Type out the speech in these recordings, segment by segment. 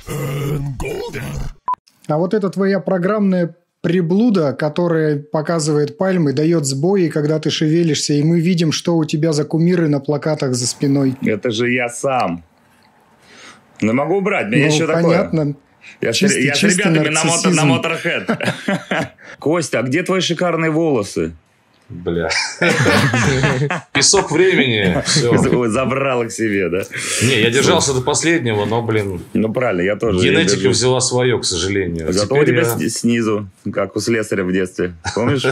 А вот это твоя программная приблуда, которая показывает пальмы, дает сбои, когда ты шевелишься, и мы видим, что у тебя за кумиры на плакатах за спиной. Это же я сам. Но могу убрать, мне еще понятно. Я с ребятами на Motorhead. Костя, а где твои шикарные волосы? Бля. Песок времени. Все. Забрал их себе, да? Не, я держался до последнего, но, блин. Ну, правильно, я тоже. Генетика взяла свое, к сожалению. Зато у тебя снизу, как у слесаря в детстве. Помнишь?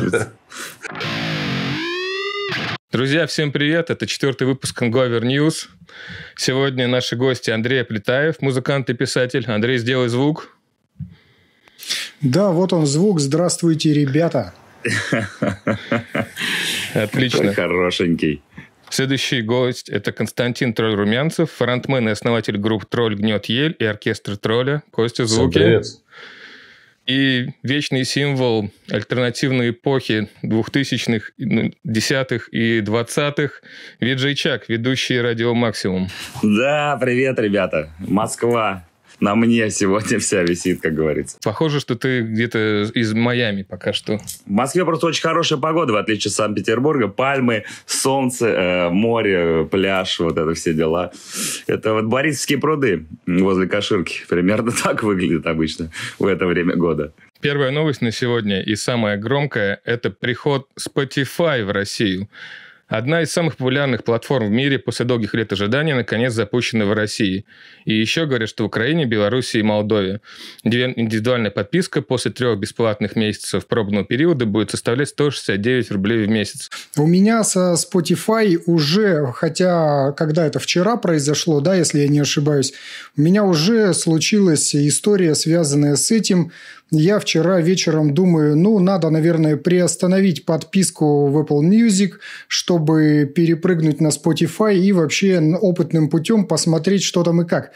Друзья, всем привет. Это 4-й выпуск Hangover News. Сегодня наши гости Андрей Аплетаев, музыкант и писатель. Андрей, сделай звук. Да, вот он звук. Здравствуйте, ребята. Отлично. Такой хорошенький. Следующий гость – это Константин Тролль Румянцев, фронтмен и основатель групп «Тролль гнет ель» и оркестр «Тролля». Костя, звуки. Привет. И вечный символ альтернативной эпохи 2000-х, 10-х и 20-х – Виджей Чак, ведущий «Радио Максимум». Да, привет, ребята. Москва. На мне сегодня вся висит, как говорится. Похоже, что ты где-то из Майами пока что. В Москве просто очень хорошая погода, в отличие от Санкт-Петербурга. Пальмы, солнце, море, пляж, вот это все дела. Это вот Борисовские пруды возле Каширки. Примерно так выглядит обычно в это время года. Первая новость на сегодня и самая громкая – это приход Spotify в Россию. Одна из самых популярных платформ в мире после долгих лет ожидания наконец запущена в России. И еще говорят, что в Украине, Беларуси и Молдове. Индивидуальная подписка после 3 бесплатных месяцев пробного периода будет составлять 169 рублей в месяц. У меня со Spotify уже, хотя когда это вчера произошло, да, если я не ошибаюсь, у меня уже случилась история, связанная с этим. Я вчера вечером думаю, надо, наверное, приостановить подписку в Apple Music, чтобы перепрыгнуть на Spotify и вообще опытным путем посмотреть, что там и как.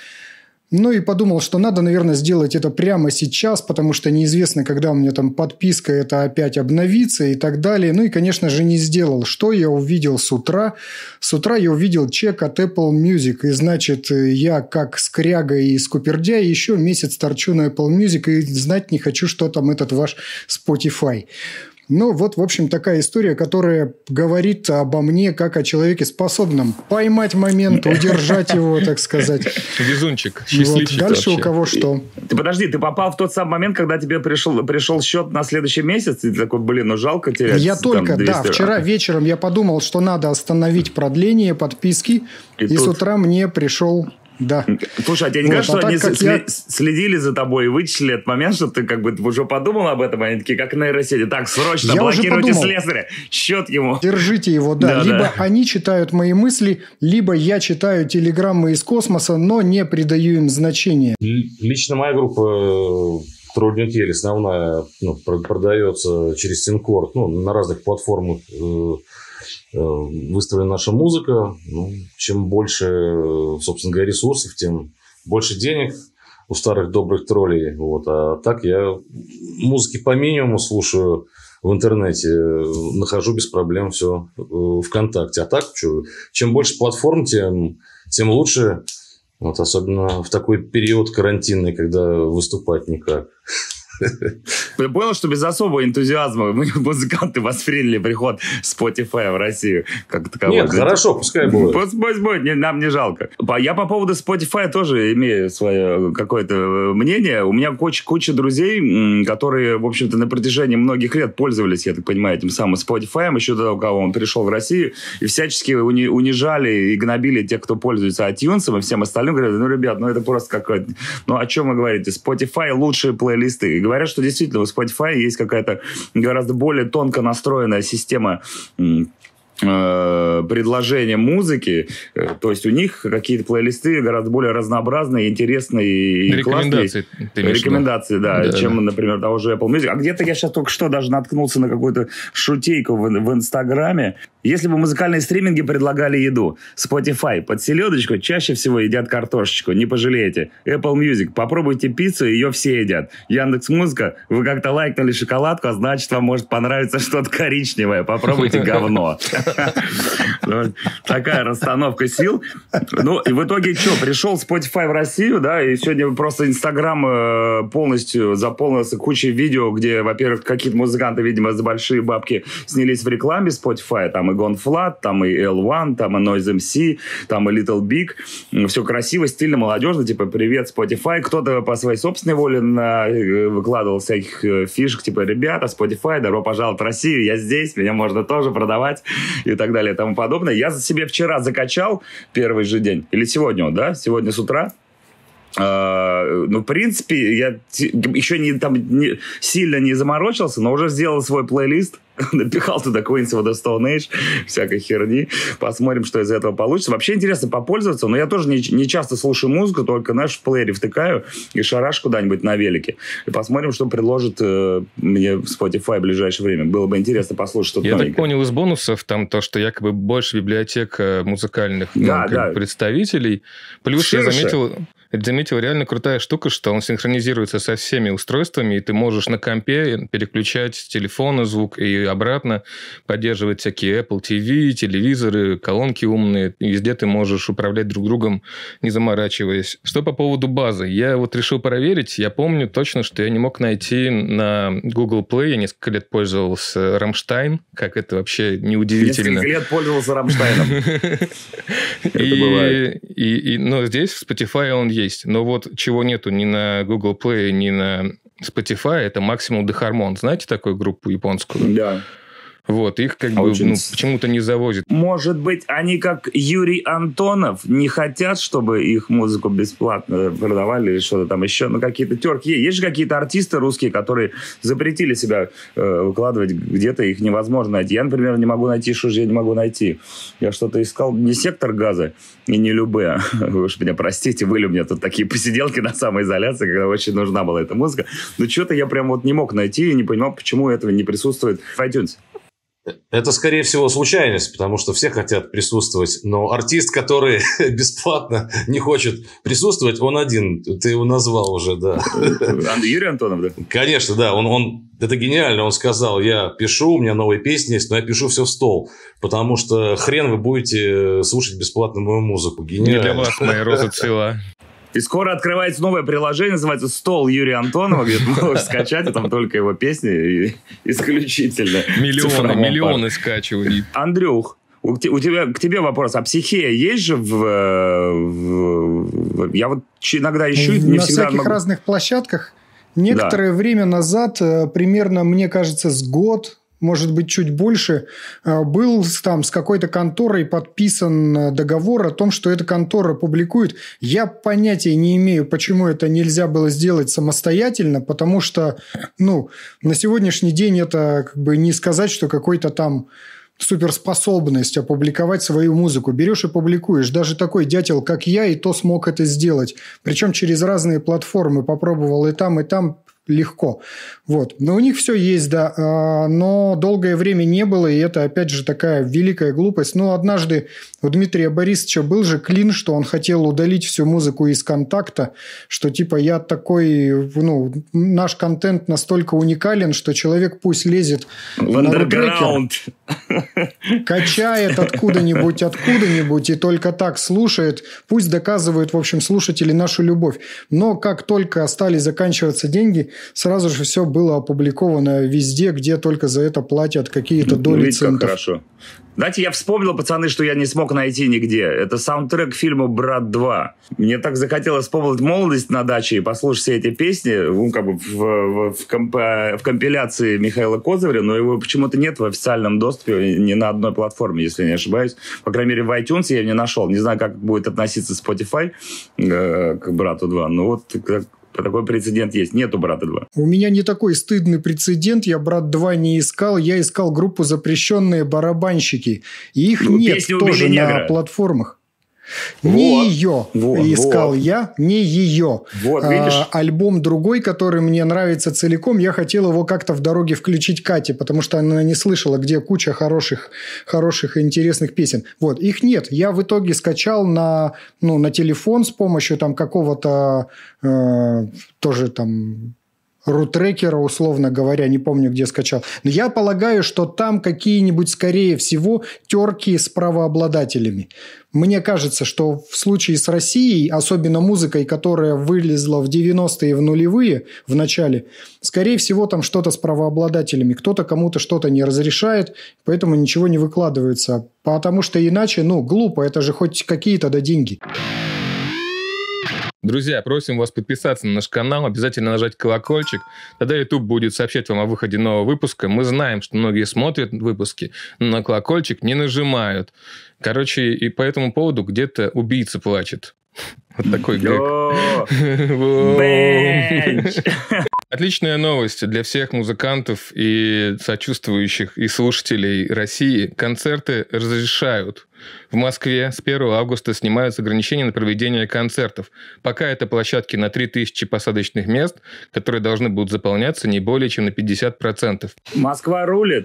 И подумал, что надо, наверное, сделать это прямо сейчас, потому что неизвестно, когда у меня там подписка это опять обновится и так далее. И, конечно же, не сделал. Что я увидел с утра? С утра я увидел чек от Apple Music. И, значит, я как скряга и скупердяй еще месяц торчу на Apple Music и знать не хочу, что там этот ваш Spotify. Вот, в общем, такая история, которая говорит обо мне как о человеке, способном поймать момент, удержать его, так сказать. Везунчик, счастливчик. Дальше вообще. У кого что. Ты подожди, ты попал в тот самый момент, когда тебе пришел счет на следующий месяц, и ты такой, жалко терять. Я только, вчера вечером я подумал, что надо остановить продление подписки, и с утра мне пришел... Да. Слушай, а тебе не кажется, что они следили за тобой и вычислили этот момент, что ты уже подумал об этом, они такие, как нейросети, так, срочно блокируйте слесаря, счет ему. Держите его, да. Либо они читают мои мысли, либо я читаю телеграммы из космоса, но не придаю им значения. Лично моя группа «Тролль гнет ель» основная продается через Синкорд, на разных платформах. Выставлена наша музыка. Чем больше, собственно говоря, ресурсов, тем больше денег у старых добрых троллей. А так я музыки по минимуму слушаю в интернете. Нахожу без проблем все ВКонтакте. А так, чем больше платформ, тем лучше. Особенно в такой период карантинный, когда выступать никак. Я понял, что без особого энтузиазма мы, музыканты, восприняли приход Spotify в Россию. Как таковой. Нет, хорошо, пускай будет. Пусть будет, нам не жалко. Я по поводу Spotify тоже имею свое какое-то мнение. У меня куча друзей, которые, в общем-то, на протяжении многих лет пользовались, я так понимаю, этим самым Spotify, еще до того, как он пришел в Россию, и всячески унижали и гнобили тех, кто пользуется iTunes и всем остальным. Говорят, ребят, это просто какое-то... о чем вы говорите? Spotify лучшие плейлисты. И говорят, что действительно у Spotify есть какая-то гораздо более тонко настроенная система предложения музыки. То есть у них какие-то плейлисты гораздо более разнообразные, интересные и классные. Рекомендации, да, чем, например, того же Apple Music. А где-то я сейчас только что даже наткнулся на какую-то шутейку в Инстаграме. Если бы музыкальные стриминги предлагали еду, Spotify под селедочку чаще всего едят картошечку, не пожалеете. Apple Music, попробуйте пиццу, ее все едят. Яндекс.Музыка, вы как-то лайкнули шоколадку, а значит, вам может понравиться что-то коричневое. Попробуйте говно. Такая расстановка сил. Ну, и в итоге что, пришел Spotify в Россию, да, и сегодня просто Инстаграм полностью заполнился кучей видео, где, во-первых, какие-то музыканты, видимо, за большие бабки снялись в рекламе Spotify, там и Gone Flat, там и L1, там и Noise MC, там и Little Big. Все красиво, стильно, молодежно, типа, привет, Spotify. Кто-то по своей собственной воле выкладывал всяких фишек, типа, ребята, Spotify, добро пожаловать в Россию, я здесь, меня можно тоже продавать и так далее и тому подобное. Я себе вчера закачал первый же день, или сегодня, да, сегодня с утра. Ну, в принципе, я еще сильно не заморочился, но уже сделал свой плейлист, напихал туда Queens of the Stone Age, всякой херни. Посмотрим, что из этого получится. Вообще интересно попользоваться, но я тоже не часто слушаю музыку, только, знаешь, в плеере втыкаю и шараш куда-нибудь на велике. И посмотрим, что предложит мне Spotify в ближайшее время. Было бы интересно послушать что-то новенькое. Я так понял из бонусов, там то, что якобы больше библиотек музыкальных представителей. Плюс ширше. Я заметил, реально крутая штука, что он синхронизируется со всеми устройствами, и ты можешь на компе переключать с телефона звук и обратно, поддерживать всякие Apple TV, телевизоры, колонки умные. Везде ты можешь управлять друг другом, не заморачиваясь. Что по поводу базы? Я вот решил проверить. Я помню точно, что я не мог найти на Google Play. Я несколько лет пользовался Rammstein. Как это вообще неудивительно. Несколько лет пользовался Rammstein'ом. Но здесь в Spotify он есть. Но вот чего нету ни на Google Play, ни на Spotify, это Maximum de Harmon. Знаете такую группу японскую? Да. Вот, их как бы почему-то не завозят. Может быть, они, как Юрий Антонов, не хотят, чтобы их музыку бесплатно продавали или что-то там еще. Ну, какие-то терки. Есть же какие-то артисты русские, которые запретили себя выкладывать где-то, их невозможно найти. Я, например, не могу найти, что же я не могу найти. Я что-то искал, не «Сектор газа» и не «Любэ». Вы уж меня простите, были у меня тут такие посиделки на самоизоляции, когда очень нужна была эта музыка. Но что-то я прям вот не мог найти и не понимал, почему этого не присутствует в iTunes. Это, скорее всего, случайность, потому что все хотят присутствовать, но артист, который бесплатно не хочет присутствовать, он один. Ты его назвал уже, да. Юрий Антонов, да? Конечно, да. Это гениально. Он сказал, я пишу, у меня новые песни есть, но я пишу все в стол, потому что хрен вы будете слушать бесплатно мою музыку. Гениально. Не для вас моя роза цвела. И скоро открывается новое приложение, называется «Стол Юрия Антонова», где ты можешь скачать, и там только его песни исключительно. Миллионы скачиваний. Андрюх, к тебе вопрос. А «Психея» есть же я вот иногда ищу, не на всегда всяких разных площадках. Некоторое время назад, примерно, мне кажется, с год, может быть, чуть больше, был там с какой-то конторой подписан договор о том, что эта контора публикует. Я понятия не имею, почему это нельзя было сделать самостоятельно, потому что, на сегодняшний день это как бы не сказать, что какой-то там суперспособность опубликовать свою музыку. Берешь и публикуешь. Даже такой дятел, как я, и то смог это сделать. Причем через разные платформы. Попробовал и там легко. Вот. Но у них все есть, да. Но долгое время не было, и это, опять же, такая великая глупость. Однажды у Дмитрия Борисовича был же клин, что он хотел удалить всю музыку из «Контакта», что типа я такой, наш контент настолько уникален, что человек пусть лезет в андерграунд, качает откуда-нибудь, и только так слушает. Пусть доказывают, в общем, слушатели нашу любовь. Но как только стали заканчиваться деньги, сразу же все было опубликовано везде, где только за это платят какие-то доли центов. Хорошо. Знаете, я вспомнил, пацаны, что я не смог найти нигде. Это саундтрек к фильму «Брат 2». Мне так захотелось вспомнить молодость на даче и послушать все эти песни в компиляции Михаила Козыря, но его почему-то нет в официальном доступе ни на одной платформе, если не ошибаюсь. По крайней мере, в iTunes я его не нашел. Не знаю, как будет относиться Spotify к «Брату 2», но вот такой прецедент есть. Нету «Брата 2». У меня не такой стыдный прецедент. Я «Брат 2» не искал. Я искал группу «Запрещенные барабанщики». И их нет тоже на платформах. Не ее искал я, не ее. Вот, видишь? Альбом другой, который мне нравится целиком, я хотел его как-то в дороге включить Кате, потому что она не слышала, где куча хороших и интересных песен. Вот, их нет. Я в итоге скачал на телефон с помощью там какого-то тоже там рутрекера, условно говоря, не помню, где скачал. Но я полагаю, что там какие-нибудь, скорее всего, терки с правообладателями. Мне кажется, что в случае с Россией, особенно музыкой, которая вылезла в 90-е и в нулевые, в начале, скорее всего, там что-то с правообладателями. Кто-то кому-то что-то не разрешает, поэтому ничего не выкладывается. Потому что иначе, глупо, это же хоть какие-то деньги. Друзья, просим вас подписаться на наш канал, обязательно нажать колокольчик, тогда YouTube будет сообщать вам о выходе нового выпуска. Мы знаем, что многие смотрят выпуски, но на колокольчик не нажимают. Короче, и по этому поводу где-то убийца плачет. Вот такой гэг. Отличная новость для всех музыкантов и сочувствующих и слушателей России. Концерты разрешают. В Москве с 1 августа снимаются ограничения на проведение концертов. Пока это площадки на 3000 посадочных мест, которые должны будут заполняться не более чем на 50%. Москва рулит.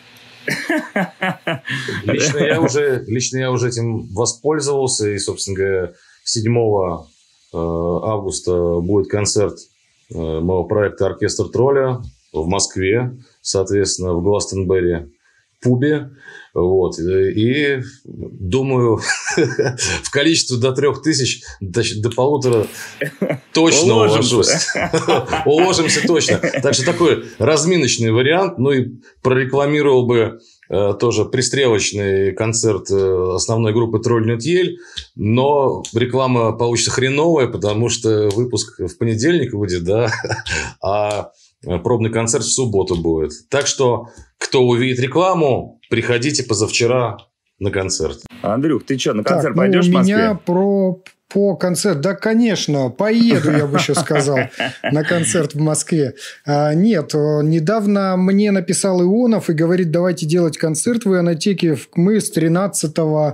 Лично я уже этим воспользовался. И, собственно говоря, 7 августа будет концерт моего проекта «Оркестр тролля» в Москве, соответственно, в Гластенберри пубе. Вот. И думаю, в количестве до 3000, до 1500 точно уложусь. Уложимся точно. Так что такой разминочный вариант. Ну и прорекламировал бы тоже пристрелочный концерт основной группы «Тролль Нютьель». Но реклама получится хреновая, потому что выпуск в понедельник выйдет, да, а пробный концерт в субботу будет. Так что, кто увидит рекламу, приходите позавчера на концерт. Андрюх, ты что, на концерт пойдешь в Москве? У меня по концерту. Да, конечно, поеду, я бы еще сказал, на концерт в Москве. Нет, недавно мне написал Ионов и говорит, давайте делать концерт в Ионотеке. Мы с 13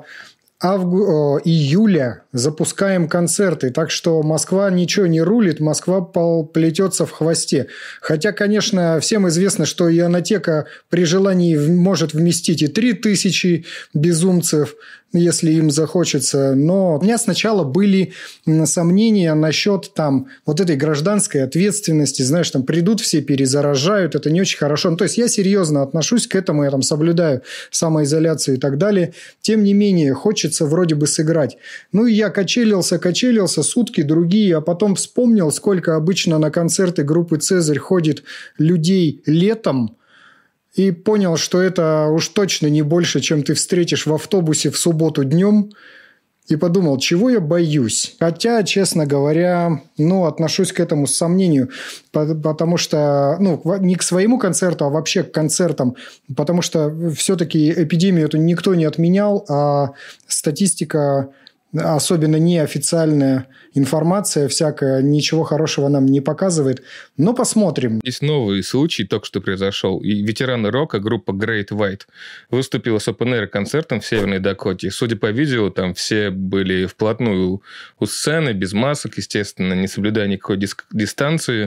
июля запускаем концерты. Так что Москва ничего не рулит, Москва плетется в хвосте. Хотя, конечно, всем известно, что Ионотека при желании может вместить и 3000 безумцев, если им захочется. Но у меня сначала были сомнения насчет вот этой гражданской ответственности. Знаешь, придут все, перезаражают. Это не очень хорошо. То есть, я серьезно отношусь к этому. Я соблюдаю самоизоляцию и так далее. Тем не менее, хочется вроде бы сыграть. И я качелился сутки, другие. А потом вспомнил, сколько обычно на концерты группы «Цезарь» ходит людей летом. И понял, что это уж точно не больше, чем ты встретишь в автобусе в субботу днем. И подумал, чего я боюсь. Хотя, честно говоря, отношусь к этому с сомнением. Потому что, не к своему концерту, а вообще к концертам. Потому что все-таки эпидемию эту никто не отменял. А статистика, особенно неофициальная информация всякая, ничего хорошего нам не показывает. Но посмотрим. Есть новый случай, только что произошел. И ветераны рока, группа Great White, выступила с open-air концертом в Северной Дакоте. Судя по видео, там все были вплотную у сцены, без масок, естественно, не соблюдая никакой дистанции.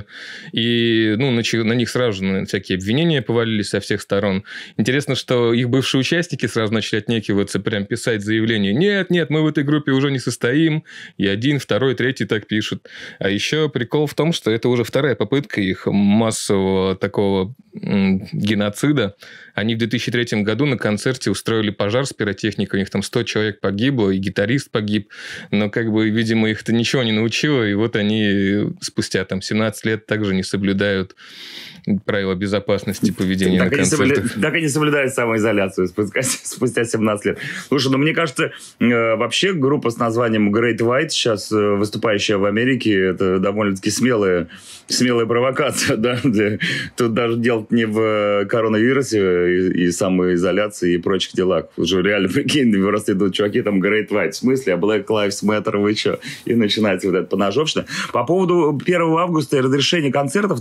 И на них сразу же всякие обвинения повалились со всех сторон. Интересно, что их бывшие участники сразу начали отнекиваться, прям писать заявление. Нет, мы в этой группе уже не состоим. И один, второй, третий так пишут. А еще прикол в том, что это уже вторая попытка их массового такого геноцида. Они в 2003 году на концерте устроили пожар с пиротехникой. У них там 100 человек погибло, и гитарист погиб. Но, видимо, их это ничего не научило. И вот они спустя 17 лет также не соблюдают правила безопасности поведения на концертах. Так и не соблюдают самоизоляцию спустя 17 лет. Слушай, мне кажется, вообще группа с названием Great White, сейчас выступающая в Америке, это довольно-таки смелая провокация. Да? Тут даже дело не в коронавирусе и самоизоляции и прочих делах. Уже реально, прикинь, просто идут чуваки, Great White. В смысле? А Black Lives Matter, вы что? И начинается вот это поножовщина. По поводу 1 августа и разрешения концертов,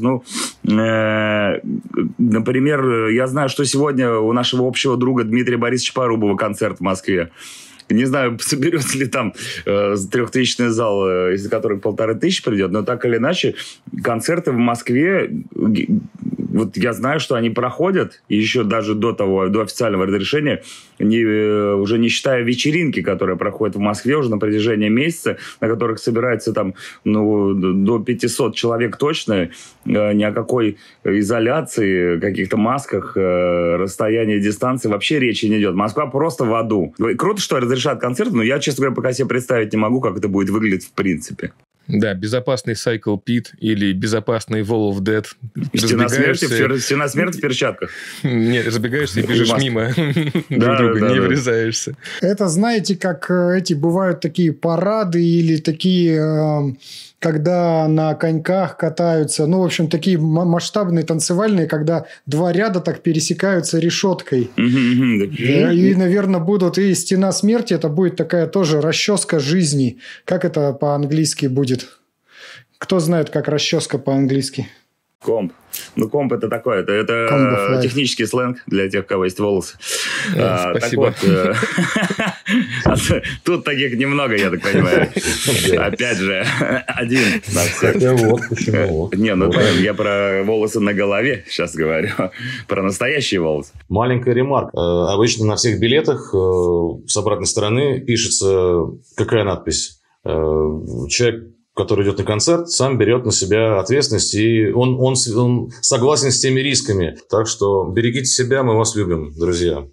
например, я знаю, что сегодня у нашего общего друга Дмитрия Борисовича Порубова концерт в Москве. Не знаю, соберется ли там 3000-ный зал, из которых 1500 придет, но так или иначе, концерты в Москве вот я знаю, что они проходят, и еще даже до официального разрешения, уже не считая вечеринки, которые проходят в Москве уже на протяжении месяца, на которых собирается там, до 500 человек точно, ни о какой изоляции, каких-то масках, расстоянии, дистанции вообще речи не идет. Москва просто в аду. Круто, что разрешают концерты, но я, честно говоря, пока себе представить не могу, как это будет выглядеть в принципе. Да, безопасный Cycle Pit или безопасный Wall of Dead. Стена смерти в перчатках. Нет, разбегаешься и бежишь мимо друг друга, не врезаешься. Это, знаете, как эти бывают такие парады или такие... когда на коньках катаются, в общем, такие масштабные танцевальные, когда два ряда так пересекаются решеткой. И, наверное, будут и стена смерти, это будет такая тоже расческа жизни. Как это по-английски будет? Кто знает, как расческа по-английски? Комп. Комп это такое, это технический сленг для тех, у кого есть волосы. Спасибо. Так вот, тут таких немного, я так понимаю. Опять же, один на всех. Не, я про волосы на голове сейчас говорю, про настоящие волосы. Маленькая ремарка. Обычно на всех билетах с обратной стороны пишется какая надпись. Человек, который идет на концерт, сам берет на себя ответственность, и он согласен с теми рисками. Так что берегите себя, мы вас любим, друзья.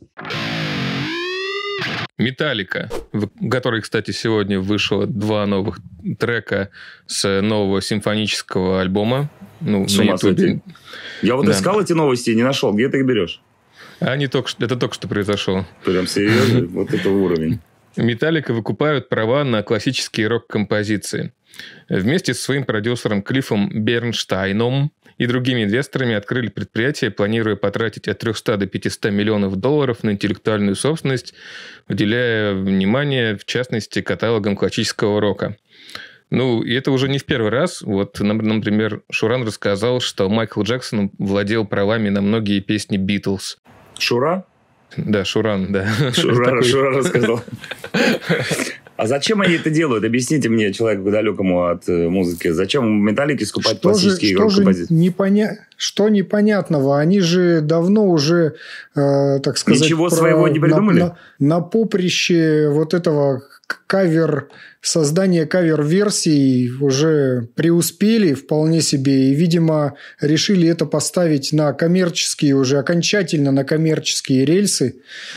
Металлика, в которой, кстати, сегодня вышло 2 новых трека с нового симфонического альбома. С ума сойти. Я искал эти новости и не нашел. Где ты их берешь? Это только что произошло. Прям серьезно? Вот это уровень. Металлика выкупают права на классические рок-композиции. Вместе со своим продюсером Клиффом Бернштайном и другими инвесторами открыли предприятие, планируя потратить от 300 до 500 миллионов долларов на интеллектуальную собственность, уделяя внимание, в частности, каталогам классического рока. И это уже не в первый раз. Вот, например, Шуран рассказал, что Майкл Джексон владел правами на многие песни Битлз. Шура? Да, Шуран, да. Шура рассказал. А зачем они это делают? Объясните мне, человеку далекому от музыки. Зачем Металлике скупать классические композиции? Что непонятного? Они же давно уже, так сказать... Ничего своего не придумали? На поприще вот этого создания кавер-версий уже преуспели вполне себе. И, видимо, решили это поставить на коммерческие, уже окончательно на коммерческие рельсы.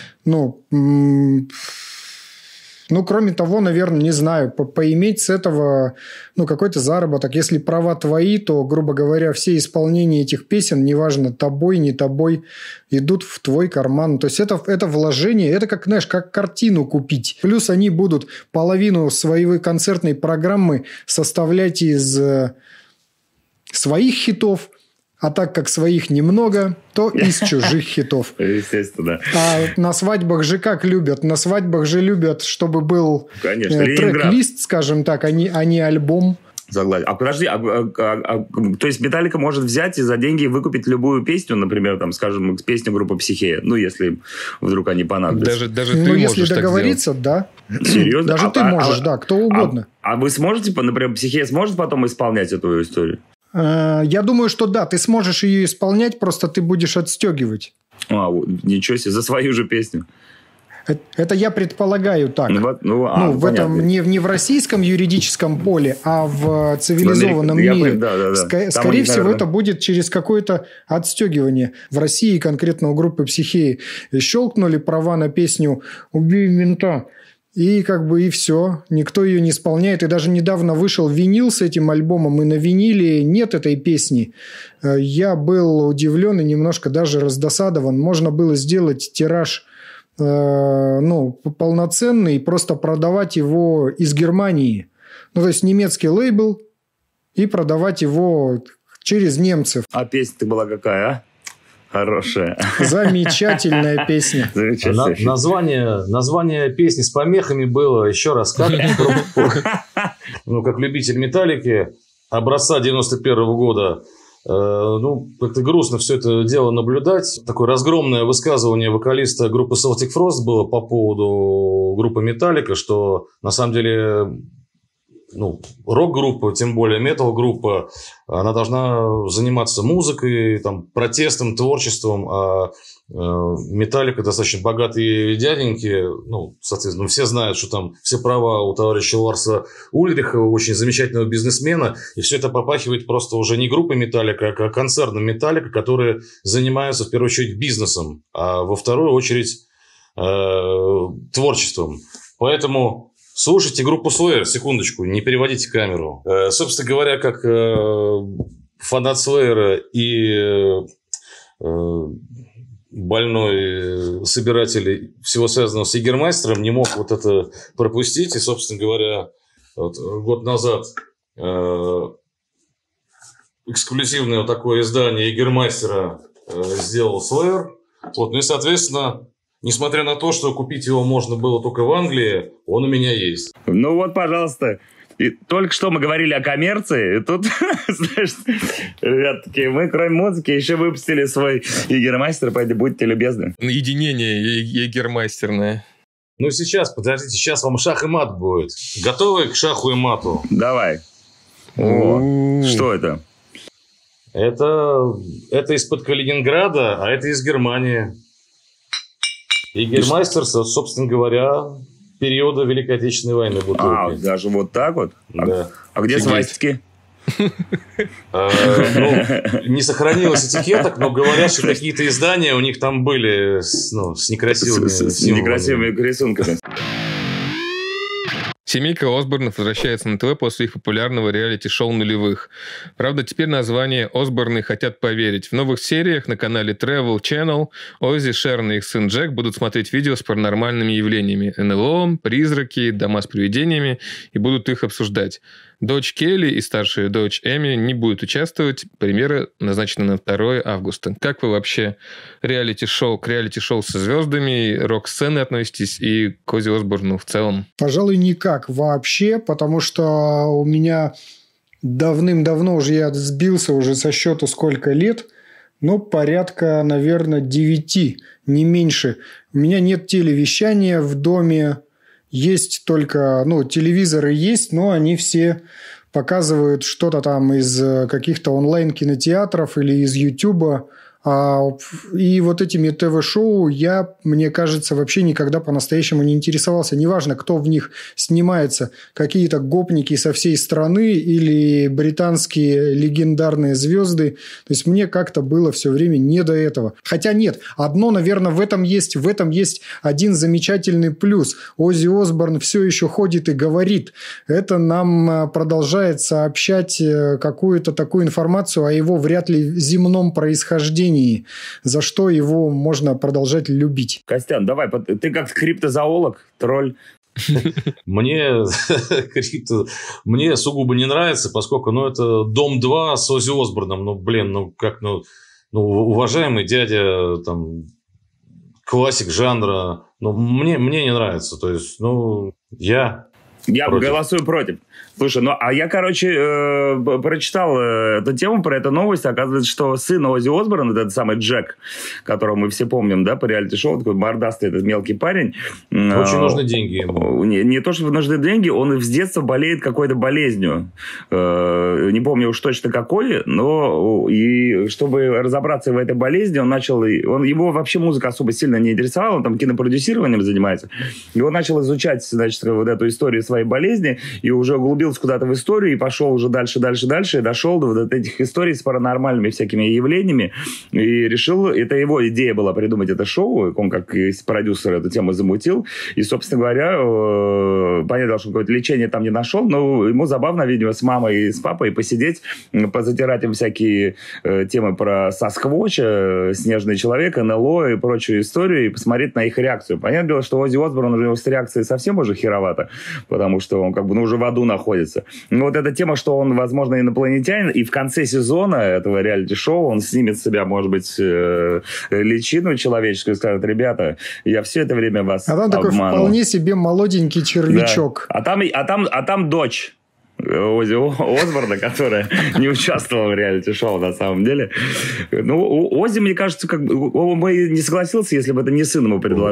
Кроме того, наверное, не знаю, поиметь с этого какой-то заработок. Если права твои, то, грубо говоря, все исполнения этих песен, неважно, тобой, не тобой, идут в твой карман. То есть, это вложение, это как, знаешь, как картину купить. Плюс они будут половину своей концертной программы составлять из своих хитов, а так как своих немного, то из чужих хитов. Естественно. А на свадьбах же как любят? На свадьбах же любят, чтобы был трек-лист, скажем так, а не альбом. Согласен. А подожди, то есть Металлика может взять и за деньги выкупить любую песню, например, скажем, песню группы Психея, если вдруг они понадобятся. Даже ты можешь если договориться, да. Серьезно? Даже ты можешь, да, кто угодно. А вы сможете, например, Психея сможет потом исполнять эту историю? Я думаю, что да, ты сможешь ее исполнять, просто ты будешь отстегивать. Ничего себе, за свою же песню. Это я предполагаю так. В этом не в российском юридическом поле, а в цивилизованном мире. Скорее всего, это будет через какое-то отстегивание. В России, конкретно у группы Психеи, щелкнули права на песню «Убей мента». И и все. Никто ее не исполняет. И даже недавно вышел винил с этим альбомом, и на виниле нет этой песни. Я был удивлен и немножко даже раздосадован. Можно было сделать тираж полноценный и просто продавать его из Германии. То есть немецкий лейбл и продавать его через немцев. А песня-то была какая, а? Хорошая. Замечательная песня. Название песни с помехами было, еще раз, как любитель Металлики образца 91-го года, как-то грустно все это дело наблюдать. Такое разгромное высказывание вокалиста группы Celtic Frost было по поводу группы Металлика, что на самом деле рок-группа, тем более метал-группа, она должна заниматься музыкой, там, протестом, творчеством, а Металлика достаточно богатые дяденьки, соответственно, все знают, что там все права у товарища Ларса Ульриха, очень замечательного бизнесмена, и все это попахивает просто уже не группой Металлика, а концерном Металлика, которые занимаются в первую очередь бизнесом, а во вторую очередь творчеством. Поэтому слушайте группу Slayer, секундочку, не переводите камеру. Собственно говоря, как фанат Slayer и больной собиратель всего связанного с Егермайстером не мог вот это пропустить. И, собственно говоря, год назад эксклюзивное вот такое издание Егермайстера сделал Slayer. И, соответственно, несмотря на то, что купить его можно было только в Англии, он у меня есть. Пожалуйста. И только что мы говорили о коммерции, и тут, знаешь, ребят такие, мы кроме музыки еще выпустили свой Егермайстер, поэтому будьте любезны. Наединение егермайстерное. Сейчас, подождите, сейчас вам шах и мат будет. Готовы к шаху и мату? Давай. Что это? Это из-под Калининграда, а это из Германии. Егермайстер, собственно говоря, периода Великой Отечественной войны бутылки. Даже вот так вот? Да. А где свастики? Не сохранилось этикеток, но говорят, что какие-то издания у них там были с некрасивыми рисунками. Семейка Осборнов возвращается на ТВ после их популярного реалити-шоу «Нулевых». Правда, теперь название «Осборны хотят поверить». В новых сериях на канале Travel Channel Оззи, Шерон и их сын Джек будут смотреть видео с паранормальными явлениями, НЛО, призраки, дома с привидениями и будут их обсуждать. Дочь Келли и старшая дочь Эми не будут участвовать. Премьера назначена на 2 августа. Как вы вообще к реалити-шоу со звездами, рок-сцены относитесь и к Оззи Осборну в целом? Пожалуй, никак вообще, потому что у меня давным-давно уже я сбился уже со счету сколько лет, но порядка, наверное, 9, не меньше. У меня нет телевещания в доме. Есть только, телевизоры есть, но они все показывают что-то там из каких-то онлайн-кинотеатров или из Ютуба. И вот этими ТВ-шоу мне кажется, вообще никогда по-настоящему не интересовался. Неважно, кто в них снимается. Какие-то гопники со всей страны или британские легендарные звезды. То есть, мне как-то было все время не до этого. Хотя нет, одно, наверное, в этом есть один замечательный плюс. Оззи Осборн все еще ходит и говорит. Это нам продолжает сообщать какую-то такую информацию о его вряд ли земном происхождении, за что его можно продолжать любить. Костян, давай, ты как криптозоолог, тролль. Мне сугубо не нравится, поскольку это Дом-2 с Оззи Осборном. Уважаемый дядя, классик жанра. Мне не нравится. То есть, я голосую против. Слушай, я, прочитал эту тему, про эту новость. Оказывается, что сын Оззи Осборна, этот самый Джек, которого мы все помним, да, по реалити-шоу, такой мордастый этот мелкий парень. Очень нужны деньги ему. Не то, что нужны деньги, он с детства болеет какой-то болезнью. Не помню уж точно какой, но и чтобы разобраться в этой болезни, его вообще музыка особо сильно не интересовала, он там кинопродюсированием занимается. И он начал изучать, вот эту историю своей болезни, и уже углубился куда-то в историю и пошел уже дальше, и дошел до вот этих историй с паранормальными всякими явлениями, и решил, это его идея была придумать это шоу, он как продюсер эту тему замутил, и, собственно говоря, понятно, что он какое-то лечение там не нашел, но ему забавно, видимо, с мамой и с папой посидеть, позатирать им всякие темы про Сасквотча, Снежный человек, НЛО и прочую историю, и посмотреть на их реакцию. Понятное дело, что Оззи Осборн уже с реакцией совсем уже херовато, потому что он уже в аду находится. Но вот эта тема, что он, возможно, инопланетянин, и в конце сезона этого реалити-шоу он снимет с себя, может быть, личину человеческую и скажет: ребята, я все это время вас обманул. Такой вполне себе молоденький червячок. Да. А там дочь Оззи Осборна, которая не участвовала в реалити-шоу на самом деле. Оззи, мне кажется, он бы не согласился, если бы это не сын ему предложил.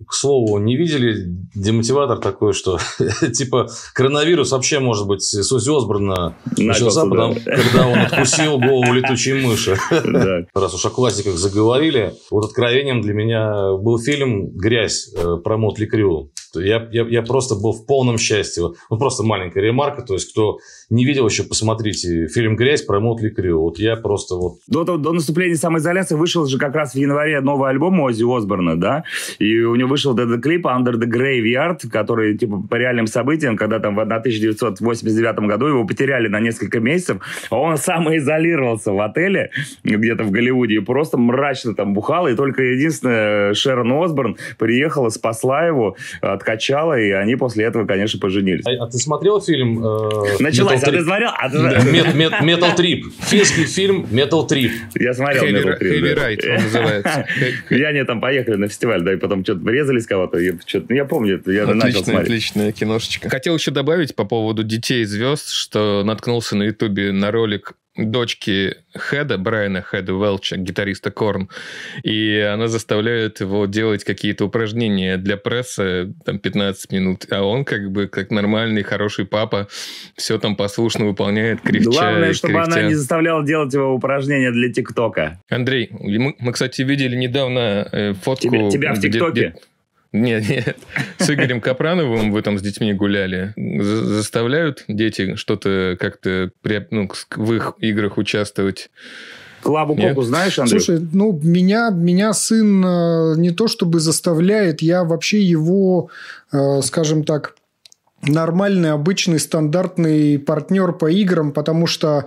к слову, не видели демотиватор такой, что типа коронавирус вообще, может быть, с Оззи Осборна начался, когда он откусил голову летучей мыши. Раз уж о классиках заговорили, вот откровением для меня был фильм «Грязь» про Мотли Крю. Я просто был в полном счастье. Вот просто маленькая ремарка. То есть, кто не видел еще, посмотрите фильм «Грязь» про Мотли Крю. Вот я просто вот... До наступления самоизоляции вышел же как раз в январе новый альбом Оззи Осборна, да? И у него вышел этот клип «Under the Graveyard», который типа по реальным событиям, когда там в 1989 году его потеряли на несколько месяцев, а он самоизолировался в отеле где-то в Голливуде и просто мрачно там бухал, и только единственное Шерон Осборн приехала, спасла его, откачала, и они после этого, конечно, поженились. А ты смотрел фильм... Началась, а ты смотрел? Metal Trip. Финский фильм Metal Trip. Я смотрел Metal Trip. Heavy Ride он называется. И они там поехали на фестиваль, да, и потом что-то врезались кого-то. Я помню, я начал смотреть. Отличная киношечка. Хотел еще добавить по поводу детей звезд, что наткнулся на Ютубе на ролик дочки Хеда, Брайана Хеда Уэлча, гитариста Корн, и она заставляет его делать какие-то упражнения для пресса, там, 15 минут, а он как бы, как нормальный, хороший папа, все там послушно выполняет, кряхтя. Главное, чтобы она не заставляла делать его упражнения для ТикТока. Андрей, мы, кстати, видели недавно фотку... Тебя в ТикТоке? Нет. С Игорем Капрановым вы там с детьми гуляли. Заставляют дети что-то как-то в их играх участвовать? Клаву Коку знаешь, Андрей? Слушай, меня сын не то чтобы заставляет, я вообще его, скажем так, нормальный, обычный, стандартный партнер по играм, потому что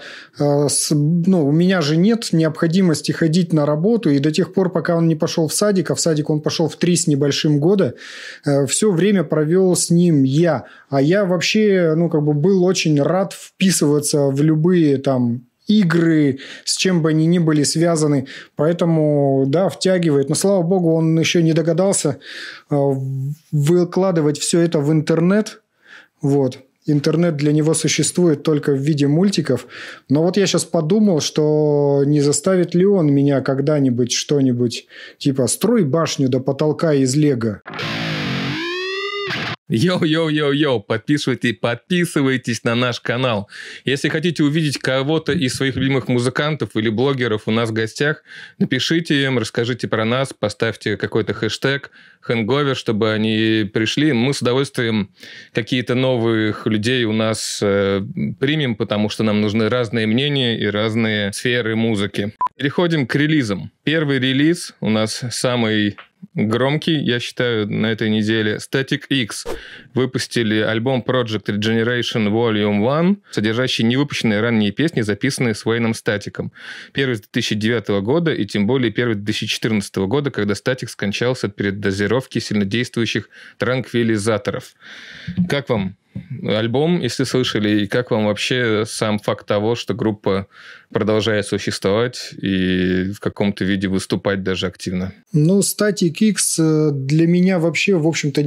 у меня же нет необходимости ходить на работу, и до тех пор, пока он не пошел в садик, а в садик он пошел в 3 с небольшим года, все время провел с ним я. А я вообще, был очень рад вписываться в любые там игры, с чем бы они ни были связаны. Поэтому, да, втягивает. Но, слава богу, он еще не догадался выкладывать все это в интернет. Вот. Интернет для него существует только в виде мультиков. Но вот я сейчас подумал, что не заставит ли он меня когда-нибудь что-нибудь типа «строй башню до потолка из лего». Йоу-йоу-йоу-йоу, подписывайтесь на наш канал. Если хотите увидеть кого-то из своих любимых музыкантов или блогеров у нас в гостях, напишите им, расскажите про нас, поставьте какой-то хэштег, хэнговер, чтобы они пришли. Мы с удовольствием какие-то новых людей у нас примем, потому что нам нужны разные мнения и разные сферы музыки. Переходим к релизам. Первый релиз у нас самый громкий, я считаю, на этой неделе. Static X выпустили альбом Project Regeneration Volume 1, содержащий невыпущенные ранние песни, записанные с Уэйном Статиком. Первый с 2009 года и тем более первый с 2014 года, когда Статик скончался от передозировки сильнодействующих транквилизаторов. Как вам альбом, если слышали, и как вам вообще сам факт того, что группа продолжает существовать и в каком-то виде выступать даже активно? Static X для меня вообще, в общем-то,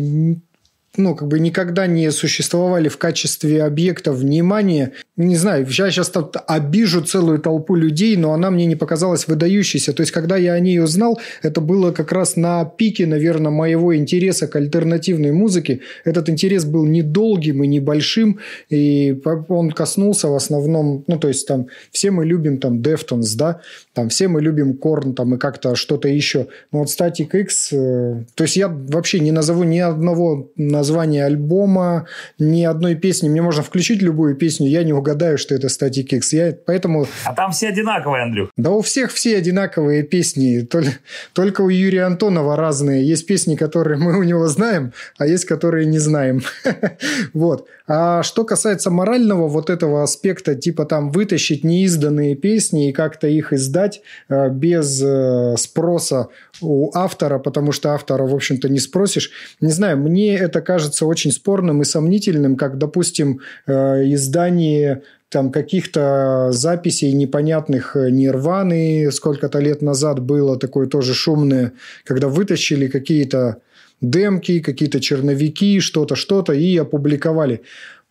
никогда не существовали в качестве объекта внимания. Не знаю, сейчас обижу целую толпу людей, но она мне не показалась выдающейся. То есть, когда я о ней узнал, это было как раз на пике, наверное, моего интереса к альтернативной музыке. Этот интерес был недолгим и небольшим, и он коснулся в основном, все мы любим Deftones, да, все мы любим Korn, и как-то что-то еще. Но вот Static X, то есть, я вообще не назову ни одного название альбома, ни одной песни. Мне можно включить любую песню, я не угадаю, что это Static X. Поэтому... А там все одинаковые, Андрюх. Да у всех все одинаковые песни. Только у Юрия Антонова разные. Есть песни, которые мы у него знаем, а есть, которые не знаем. Вот. А что касается морального вот этого аспекта, типа вытащить неизданные песни и как-то их издать без спроса у автора, потому что автора, в общем-то, не спросишь. Не знаю, мне это кажется очень спорным и сомнительным, как, допустим, издание каких-то записей непонятных Нирваны сколько-то лет назад было такое тоже шумное, когда вытащили какие-то демки, какие-то черновики, что-то и опубликовали.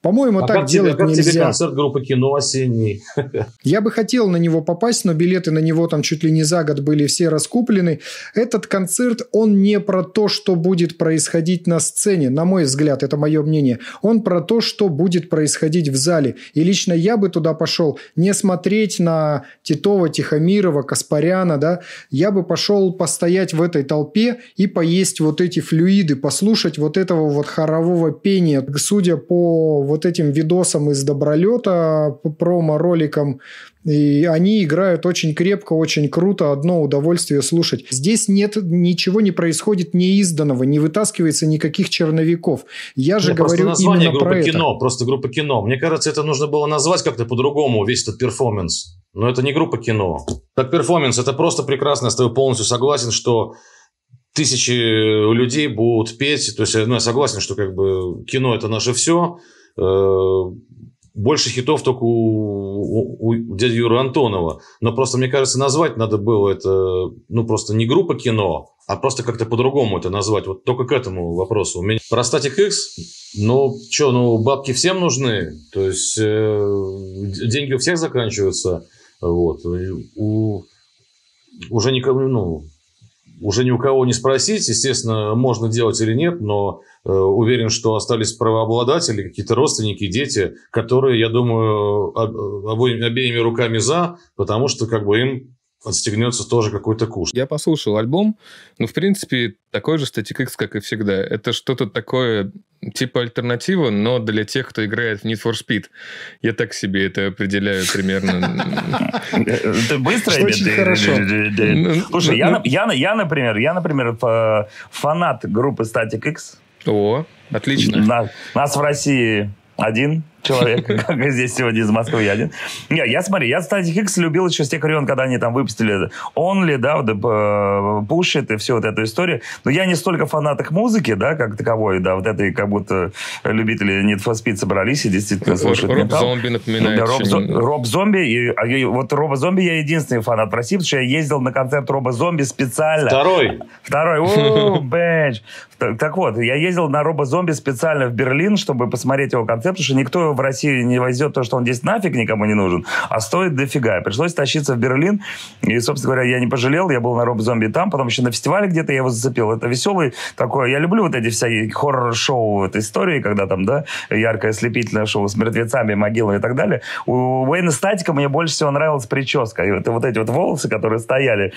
По-моему, так делать нельзя. Как тебе концерт группы «Кино» осенний? Я бы хотел на него попасть, но билеты на него там чуть ли не за год были все раскуплены. Этот концерт, он не про то, что будет происходить на сцене, на мой взгляд, это мое мнение. Он про то, что будет происходить в зале. И лично я бы туда пошел не смотреть на Титова, Тихомирова, Каспаряна, да. Я бы пошел постоять в этой толпе и поесть вот эти флюиды, послушать вот этого вот хорового пения. Судя по вот этим видосам из Добролета, по промо-роликам, и они играют очень крепко, очень круто, одно удовольствие слушать. Здесь ничего не происходит неизданного, не вытаскивается никаких черновиков. Я же говорю именно про это. Просто группа «Кино». Мне кажется, это нужно было назвать как-то по-другому, весь этот перформанс. Но это не группа «Кино». Как перформанс, это просто прекрасно, я с тобой полностью согласен, что тысячи людей будут петь. То есть, я согласен, что как бы кино – это наше все. Больше хитов только у дяди Юры Антонова. Но просто, мне кажется, назвать надо было это, просто не группа «Кино», а просто как-то по-другому это назвать. Вот только к этому вопросу. У меня про Static X, бабки всем нужны. То есть, деньги у всех заканчиваются. Вот. Уже ни у кого не спросить, естественно, можно делать или нет, но уверен, что остались правообладатели, какие-то родственники, дети, которые, я думаю, обеими руками за, потому что как бы им отстегнется тоже какой-то куш. Я послушал альбом, в принципе, такой же Static X, как и всегда. Это что-то такое, типа альтернатива, но для тех, кто играет в Need for Speed. Я так себе это определяю примерно. Это быстро? Очень хорошо. Слушай, я, например, фанат группы Static X. О, отлично. Нас в России один человек, как и здесь сегодня из Москвы я один. Я Static X любил еще с тех времен, когда они там выпустили Only, да, Push It и всю вот эту историю. Но я не столько фанат их музыки, да, как таковой, да, вот этой, как будто любители Need for Speed собрались и действительно слушают металл. Роб Зомби напоминает. Роб Зомби, и вот Роба Зомби я единственный фанат в России, потому что я ездил на концерт Роба Зомби специально. Второй, бэч. Так вот, я ездил на Роба Зомби специально в Берлин, чтобы посмотреть его концерт, потому что никто в России не везет то, что он здесь нафиг никому не нужен, а стоит дофига. Пришлось тащиться в Берлин, и, собственно говоря, я не пожалел, я был на Роб Зомби там, потом еще на фестивале где-то я его зацепил. Это веселый такой, я люблю вот эти всякие хоррор-шоу, этой истории, когда там, да, яркое ослепительное шоу с мертвецами, могилами и так далее. У Уэйна Статика мне больше всего нравилась прическа. И вот эти вот волосы, которые стояли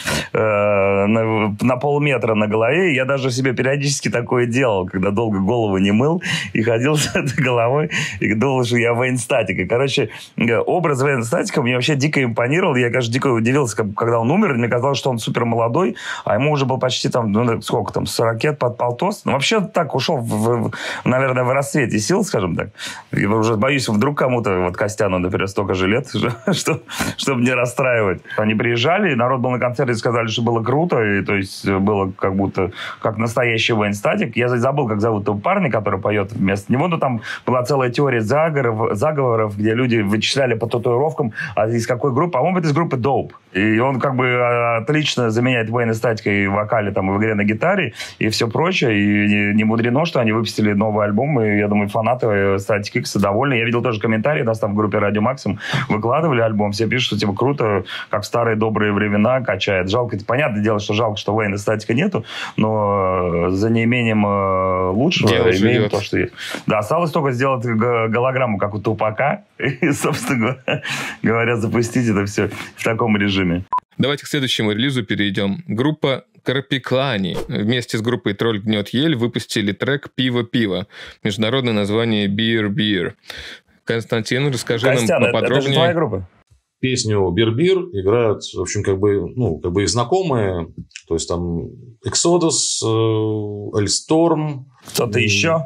на полметра на голове, я даже себе периодически такое делал, когда долго голову не мыл, и ходил с этой головой, и думал, что я Уэйн Статик. И, короче, образ Уэйна Статика мне вообще дико импонировал. Я, конечно, дико удивился, когда он умер. Мне казалось, что он супер молодой, а ему уже был почти там, 40 лет под полтос. Ну, вообще так ушел, наверное, в расцвете сил, скажем так. Я уже боюсь, вдруг кому-то, вот Костяну, например, столько же лет, чтобы не расстраивать. Они приезжали, и народ был на концерте, и сказали, что было круто, и то есть было как будто как настоящий Уэйн Статик. Я забыл, как зовут того парня, который поет вместо него, но там была целая теория заговоров, где люди вычисляли по татуировкам, из какой группы. По-моему, это из группы Dope. И он как бы отлично заменяет Уэйна Статика и в вокале, там, и в игре на гитаре, и все прочее. И не мудрено, что они выпустили новый альбом, и я думаю, фанаты Static X довольны. Я видел тоже комментарии, нас там в группе Радио Максимум выкладывали альбом, все пишут, что типа круто, как в старые добрые времена качает. Жалко, понятное дело, что жалко, что Уэйна Статика нету, но за неимением лучшего имеем то, что есть. Да, осталось только сделать голограмму, как у Тупака, и, собственно говоря, запустить это все в таком режиме. Давайте к следующему релизу перейдем. Группа Карпиклани вместе с группой Тролль гнет ель выпустили трек «Пиво-пиво». Международное название «Beer-Beer». Константин, расскажи нам поподробнее. Это же твоя группа? Песню «Бир-бир» играют, в общем, как бы их знакомые. То есть там Exodus, Эльсторм. Кто-то еще?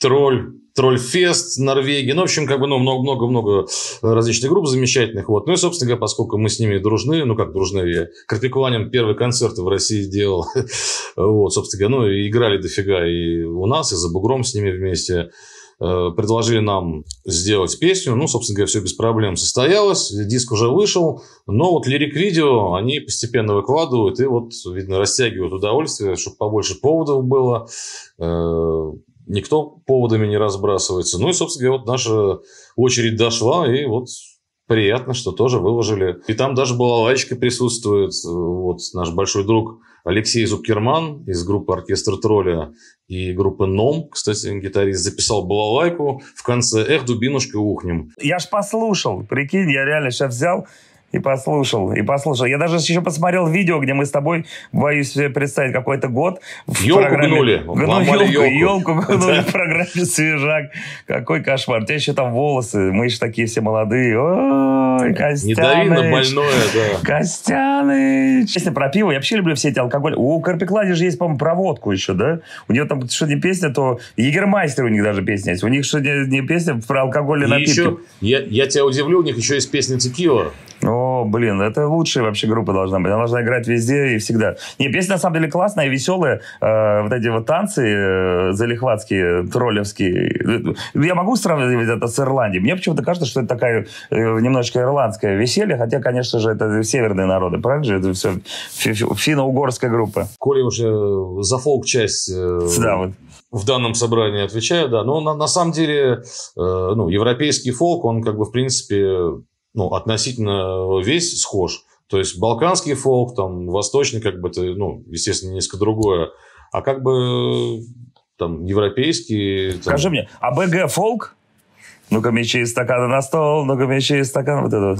Тролльфест, Норвегия. Ну, в общем, как бы, много различных групп замечательных. Вот. Ну и, собственно говоря, поскольку мы с ними дружны, я Карпикланин первый концерт в России делал. Вот, собственно говоря, и играли дофига и у нас, и за бугром с ними вместе. Предложили нам сделать песню. Ну, собственно говоря, все без проблем состоялось. Диск уже вышел. Но вот лирик-видео они постепенно выкладывают и вот, видно, растягивают удовольствие, чтобы побольше поводов было. никто поводами не разбрасывается. Ну и, собственно говоря, вот наша очередь дошла, и вот приятно, что тоже выложили. И там даже балалайчика присутствует. Вот наш большой друг Алексей Зубкерман из группы «Оркестр тролля» и группы «Ном», кстати, гитарист, записал балалайку в конце «Эх, дубинушкой ухнем». Я ж послушал, прикинь, я реально сейчас взял и послушал. Я даже еще посмотрел видео, где мы с тобой, боюсь себе представить, какой-то год. Елку гнули. Елку гнули в программе «Свежак». Какой кошмар. У тебя еще там волосы, мы еще такие все молодые. Ой, Костяныч. Недовинно больное, да. Костяныч. Песня про пиво. Я вообще люблю все эти алкоголь. У Карпиклади же есть, по-моему, про водку еще, да? У нее там что не песня, то Егермайстер у них даже песня есть. У них что не песня про алкогольные напитки. Еще, я тебя удивлю, у них еще есть песня «Текила». О, блин, это лучшая вообще группа должна быть. Она должна играть везде и всегда. Не, песня на самом деле классная, веселая. Вот эти вот танцы залихватские, троллевские. Я могу сравнивать это с Ирландией. Мне почему-то кажется, что это такая немножечко ирландское веселье, хотя, конечно же, это северные народы, правильно же? Это все финно-угорская группа. Коли уже за фолк-часть... Да, вот. В данном собрании отвечаю, да. Но на самом деле, европейский фолк, он как бы, в принципе... относительно весь схож. То есть балканский фолк, там, восточный, как бы это, естественно, несколько другое. А как бы там европейский... Там... Скажи мне, а БГ фолк? Ну-ка, мечи из стакана на стол, ну-ка, мечи из стакана, вот это вот.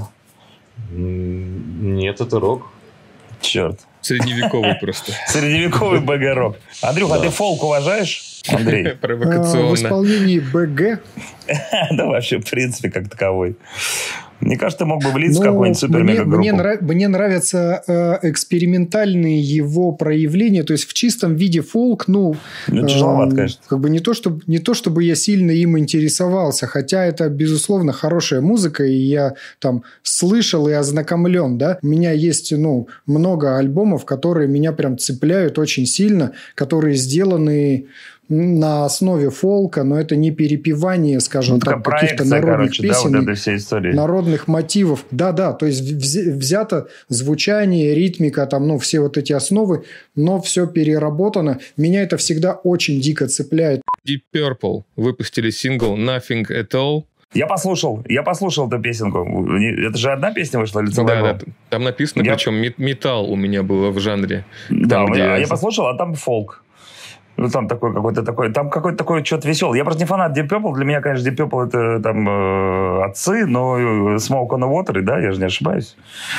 Нет, это рок. Черт. Средневековый просто. Средневековый БГ-рок. Андрюха, а ты фолк уважаешь, Андрей? Провокационно. В исполнении БГ? Да вообще, в принципе, как таковой. Мне кажется, ты мог бы влиться в какую-нибудь супер-мега-группу. Мне нравятся экспериментальные его проявления. То есть, в чистом виде фолк, тяжеловато, конечно. Как бы не то, чтобы я сильно им интересовался. Хотя это, безусловно, хорошая музыка. И я там слышал и ознакомлен. Да? У меня есть много альбомов, которые меня прям цепляют очень сильно. Которые сделаны... на основе фолка, но это не перепевание, скажем так, каких-то народных песен, да, вот этой всей истории. Народных мотивов. Да, то есть взято звучание, ритмика, там, все вот эти основы, но все переработано. Меня это всегда очень дико цепляет. Deep Purple выпустили сингл Nothing at All. Я послушал эту песенку. Это же одна песня вышла или целый альбом? Да, там написано, причем металл у меня было в жанре. Да, я послушал, а там фолк. Там какой-то такой что-то веселый. Я просто не фанат Deep Purple. Для меня, конечно, Deep Purple это там отцы, но Smoke on the Water, да, я же не ошибаюсь.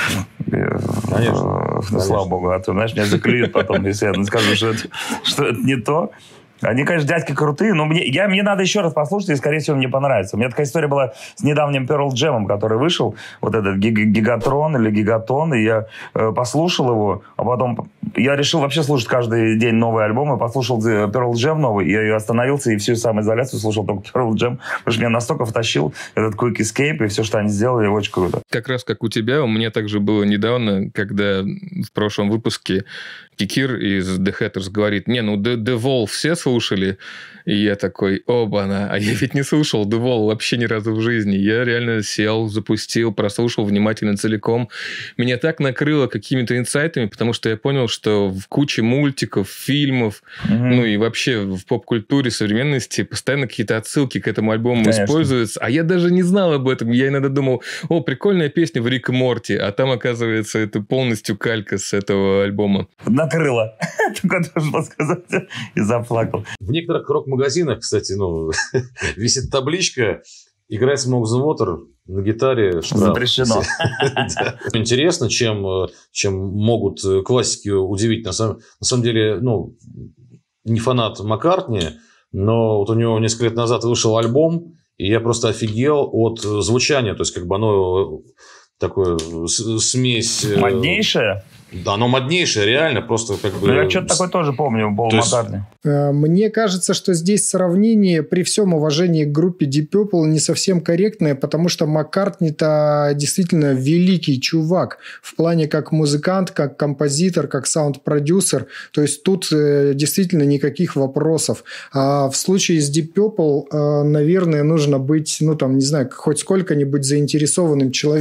Конечно. Слава богу, а то, знаешь, меня заклюют потом, если я скажу, что это не то. Они, конечно, дядьки крутые, но мне надо еще раз послушать, и, скорее всего, мне понравится. У меня такая история была с недавним Pearl Jam'ом, который вышел, вот этот Гигатрон или Гигатон, и я послушал его, а потом я решил вообще слушать каждый день новый альбом, и послушал Pearl Jam новый, я остановился и всю самоизоляцию слушал только Pearl Jam, потому что меня настолько втащил этот Quick Escape, и все, что они сделали, очень круто. Как раз как у тебя, у меня также было недавно, когда в прошлом выпуске Кикир из The Hatters говорит, The Wall все слушали? И я такой, оба-на, а я ведь не слушал The Wall вообще ни разу в жизни. Я реально сел, запустил, прослушал внимательно целиком. Меня так накрыло какими-то инсайтами, потому что я понял, что в куче мультиков, фильмов, и вообще в поп-культуре современности постоянно какие-то отсылки к этому альбому используются. А я даже не знал об этом. Я иногда думал, прикольная песня в Рик и Морти, а там, оказывается, это полностью калька с этого альбома. Накрыло. Только должен сказать. И заплакал. В некоторых рок-магазинах, кстати, висит табличка «Играть Smoke the Water» на гитаре. Запрещено. Интересно, чем могут классики удивить. На самом деле, не фанат Маккартни, но вот у него несколько лет назад вышел альбом, и я просто офигел от звучания. То есть, как бы оно такое смесь... Моднейшее? Да, оно моднейшее, реально, просто как бы... Я что-то такое тоже помню, Пол Маккартни. Мне кажется, что здесь сравнение, при всем уважении к группе Deep Purple, не совсем корректное, потому что Маккартни-то действительно великий чувак в плане как музыкант, как композитор, как саунд-продюсер. То есть тут действительно никаких вопросов. А в случае с Deep Purple, наверное, нужно быть, хоть сколько-нибудь заинтересованным человеком.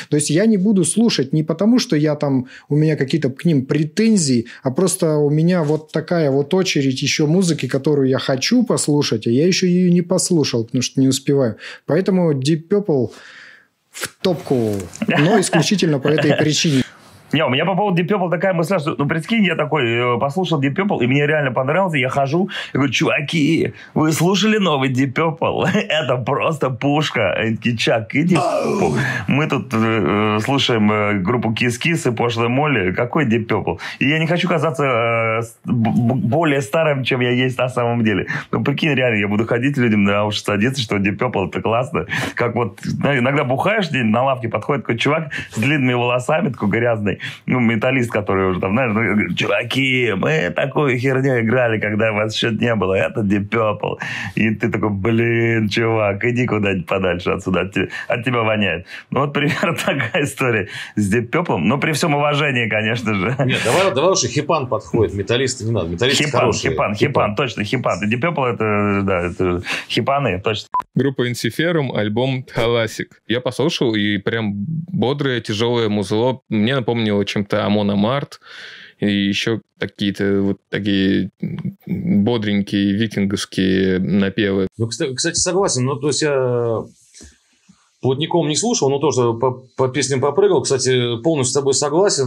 То есть я не буду слушать не потому, что у меня какие-то к ним претензии, а просто у меня вот такая вот очередь еще музыки, которую я хочу послушать, а я еще ее не послушал, потому что не успеваю. Поэтому Deep Purple в топку, но исключительно по этой причине. Не, у меня по поводу Deep Purple такая мысль, что, прикинь, я такой послушал Deep Purple, и мне реально понравился, я хожу, и говорю, чуваки, вы слушали новый Deep Purple? Это просто пушка. Они такие, Чак, иди. Мы тут слушаем группу Kiss Kiss и Пошлая Молли, какой Deep Purple? И я не хочу казаться более старым, чем я есть на самом деле. Прикинь, реально, я буду ходить людям на уши садиться, что Deep Purple это классно. Как вот, иногда бухаешь, на лавке подходит такой чувак с длинными волосами, такой грязный, металлист, который уже там, знаешь, говорит, чуваки, мы такую херню играли, когда вас еще не было, это Deep Purple. И ты такой, блин, чувак, иди куда-нибудь подальше отсюда, от тебя воняет. Вот примерно такая история с Deep Purple, но при всем уважении, конечно же. Нет, давай уж хипан подходит, металлисты не надо, металлисты хорошие. Хипан, точно, хипан. Deep Purple это хипаны, точно. Группа Ensiferum, альбом «Таласик». Я послушал, и прям бодрое, тяжелое музло. Мне напомнило чем-то Амон Амарт и еще какие-то вот такие бодренькие викинговские напевы. Ну, кстати, согласен. Ну, то есть я плотником не слушал, но тоже по песням попрыгал. Кстати, полностью с тобой согласен.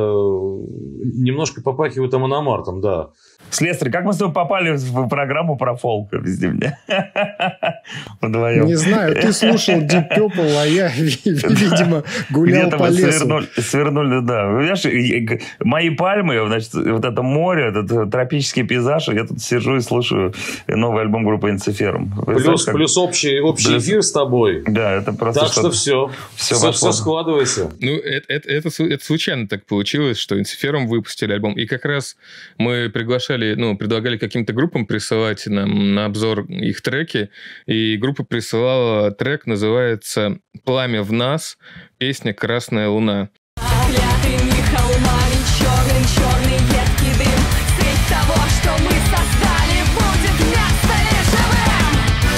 Немножко попахивает Амон Амартом, да. Слесарь, как мы с тобой попали в программу про фолк? Объясни мне. Вдвоем. Не знаю, ты слушал Deep Purple, а я, видимо, гулял по лесу. Свернули, да. Видишь, мои пальмы, значит, вот это море, этот тропический пейзаж, я тут сижу и слушаю новый альбом группы Ensiferum. Плюс общий эфир с тобой. Да, это просто... Так что все складывается. Ну, это случайно так получилось, что Ensiferum выпустили альбом. И как раз мы предлагали каким-то группам присылать нам на обзор их треки, и группа присылала трек, называется «Пламя в нас», песня «Красная луна». Клятыми холмами черный едкий дым, средь того, что мы создали, будет место лишь живым.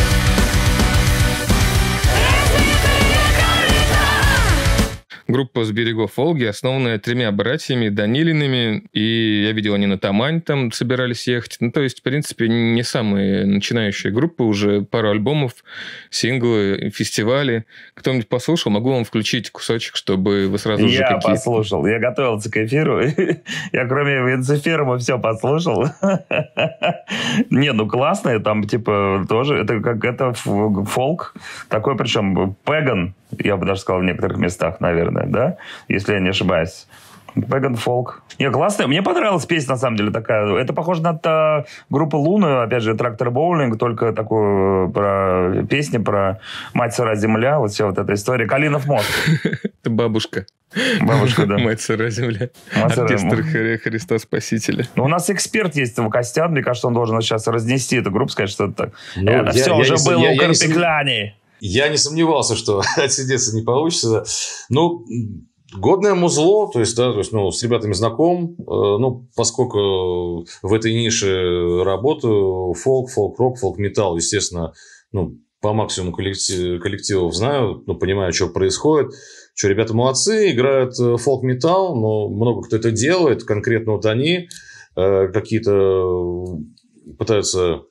Группа с берегов Волги, основанная 3 братьями Данилиными, и я видел, они на Тамань там собирались ехать. Ну, то есть, в принципе, не самые начинающие группы, уже пару альбомов, синглы, фестивали. Кто-нибудь послушал? Могу вам включить кусочек, чтобы вы сразу же Я послушал, я готовился к эфиру, я кроме Ensiferum все послушал. Не, ну классные, там типа тоже, это фолк, такой причем пэган, я бы даже сказал в некоторых местах, наверное, да, если я не ошибаюсь. Пэган фолк. Не, классно. Мне понравилась песня, на самом деле, такая. Это похоже на группу Луну, опять же, Трактор Боулинг, только такую песню про Мать сыра земля, вот вся вот эта история. Калинов мост. Это бабушка. Бабушка, да. Мать сыра земля. Оркестр Христа Спасителя. У нас эксперт есть в Костян, мне кажется, он должен сейчас разнести эту группу, сказать, что это так. Это все уже было у Карпекляни. Я не сомневался, что отсидеться не получится. Ну, годное музло, то есть, с ребятами знаком, поскольку в этой нише работаю, фолк-рок, фолк-металл, естественно, по максимуму коллективов знаю, понимаю, что происходит, что ребята молодцы, играют фолк-металл, но много кто это делает, конкретно вот они какие-то пытаются...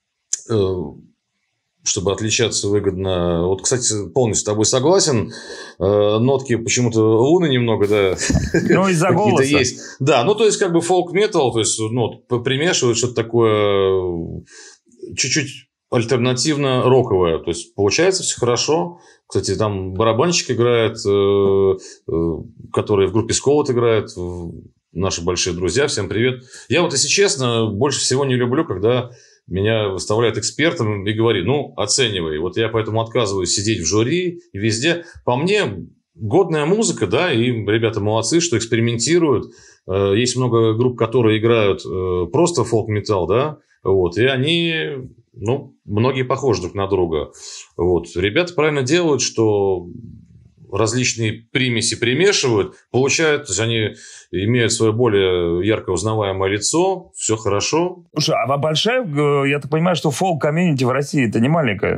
чтобы отличаться выгодно. Вот, кстати, полностью с тобой согласен. Нотки почему-то луны немного, да. Ну, из-за голоса. Есть. Да, то есть, как бы фолк-метал, то есть, примешивают что-то такое чуть-чуть альтернативно-роковое. То есть, получается все хорошо. Кстати, там барабанщик играет, который в группе Сколот играет, наши большие друзья. Всем привет. Я вот, если честно, больше всего не люблю, когда меня выставляют экспертом и говорит, оценивай. Вот я поэтому отказываюсь сидеть в жюри и везде. По мне, годная музыка, да, и ребята молодцы, что экспериментируют. Есть много групп, которые играют просто фолк-металл, да, вот, и они, многие похожи друг на друга. Вот. Ребята правильно делают, что различные примеси примешивают, получают, то есть они имеют свое более ярко узнаваемое лицо, все хорошо. Слушай, а большая, я так понимаю, что фолк-комьюнити в России это не маленькая.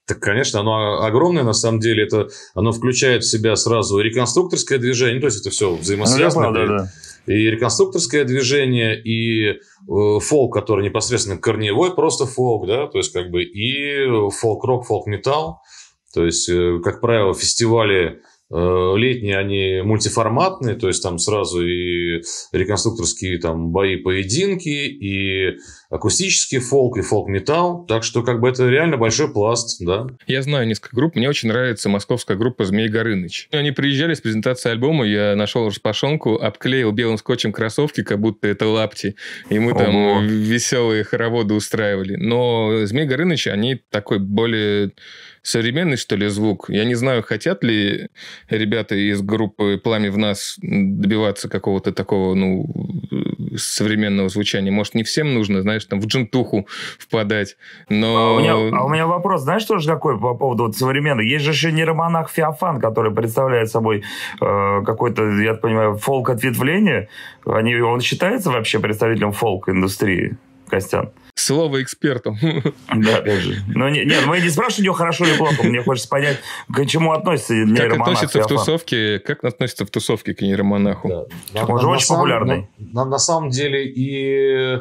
Так, конечно, оно огромное, на самом деле. Оно включает в себя сразу реконструкторское движение, то есть это все взаимосвязано. Да. И реконструкторское движение, и фолк, который непосредственно корневой, просто фолк, да, то есть и фолк-рок, фолк-металл. То есть, как правило, фестивали летние, они мультиформатные, то есть там сразу и реконструкторские там бои-поединки, и акустический фолк, и фолк-металл. Так что это реально большой пласт, да. Я знаю несколько групп. Мне очень нравится московская группа «Змей Горыныч». Они приезжали с презентацией альбома, я нашел распашонку, обклеил белым скотчем кроссовки, как будто это лапти, и мы там веселые хороводы устраивали. Но «Змей Горыныч», они такой более современный, что ли, звук. Я не знаю, хотят ли ребята из группы «Пламя в нас» добиваться какого-то такого, современного звучания. Может, не всем нужно, знаешь, там в джентуху впадать, но... у меня вопрос, знаешь, тоже какой по поводу современного? Есть же еще нейромонах Феофан, который представляет собой какой-то, я так понимаю, фолк-ответвление. Он считается вообще представителем фолк-индустрии, Костян? Слово эксперту. Да, опять же. Мы не спрашиваем, его хорошо или плохо. Мне хочется понять, к чему относится нейромонах. Как относится в тусовке к нейромонаху? Да. Он же очень популярный. На самом деле и